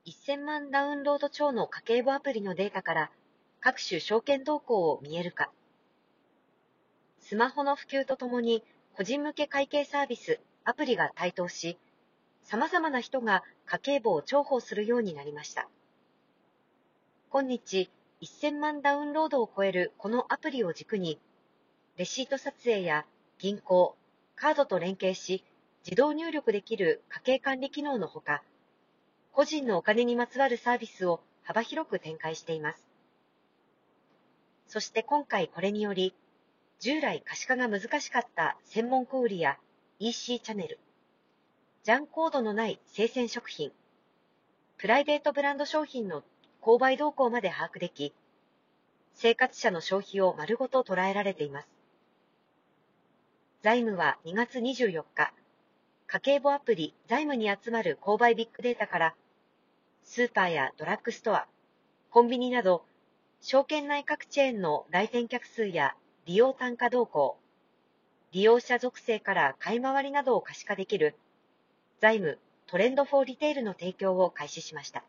1000万ダウンロード超の家計簿アプリのデータから各種証券動向を見える化。スマホの普及とともに個人向け会計サービス、アプリが台頭し、様々な人が家計簿を重宝するようになりました。今日、1000万ダウンロードを超えるこのアプリを軸に、レシート撮影や銀行、カードと連携し、自動入力できる家計管理機能のほか、個人のお金にまつわるサービスを幅広く展開しています。そして今回これにより、従来可視化が難しかった専門小売や EC チャンネル、ジャンコードのない生鮮食品、プライベートブランド商品の購買動向まで把握でき、生活者の消費を丸ごと捉えられています。財務は2月24日、家計簿アプリ財務に集まる購買ビッグデータから、スーパーやドラッグストア、コンビニなど、証券内各チェーンの来店客数や利用単価動向、利用者属性から買い回りなどを可視化できる財務トレンドフォーリテールの提供を開始しました。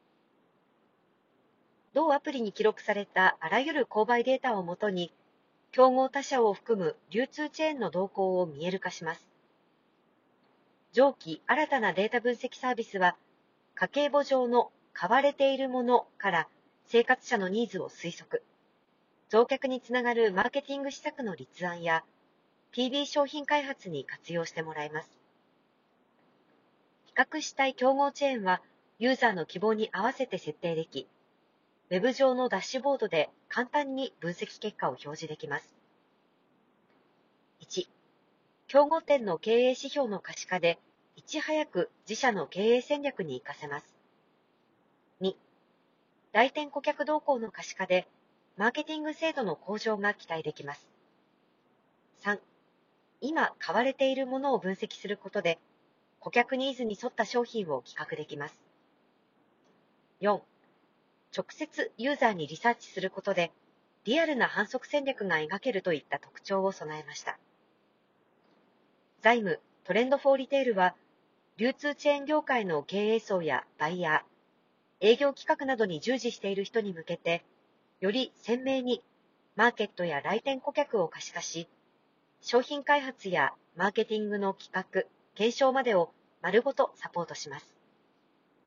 同アプリに記録されたあらゆる購買データをもとに、競合他社を含む流通チェーンの動向を見える化します。上記新たなデータ分析サービスは、家計簿上の買われているものから生活者のニーズを推測、増客につながるマーケティング施策の立案や PB 商品開発に活用してもらいます。比較したい競合チェーンはユーザーの希望に合わせて設定でき、ウェブ上のダッシュボードで簡単に分析結果を表示できます。1、競合店の経営指標の可視化でいち早く自社の経営戦略に活かせます。2、来店顧客動向の可視化でマーケティング精度の向上が期待できます。3、今買われているものを分析することで顧客ニーズに沿った商品を企画できます。4、直接ユーザーにリサーチすることでリアルな販促戦略が描けるといった特徴を備えました。財務トレンドフォーリテールは流通チェーン業界の経営層やバイヤー、営業企画などに従事している人に向けてより鮮明にマーケットや来店顧客を可視化し、商品開発やマーケティングの企画、検証までを丸ごとサポートします。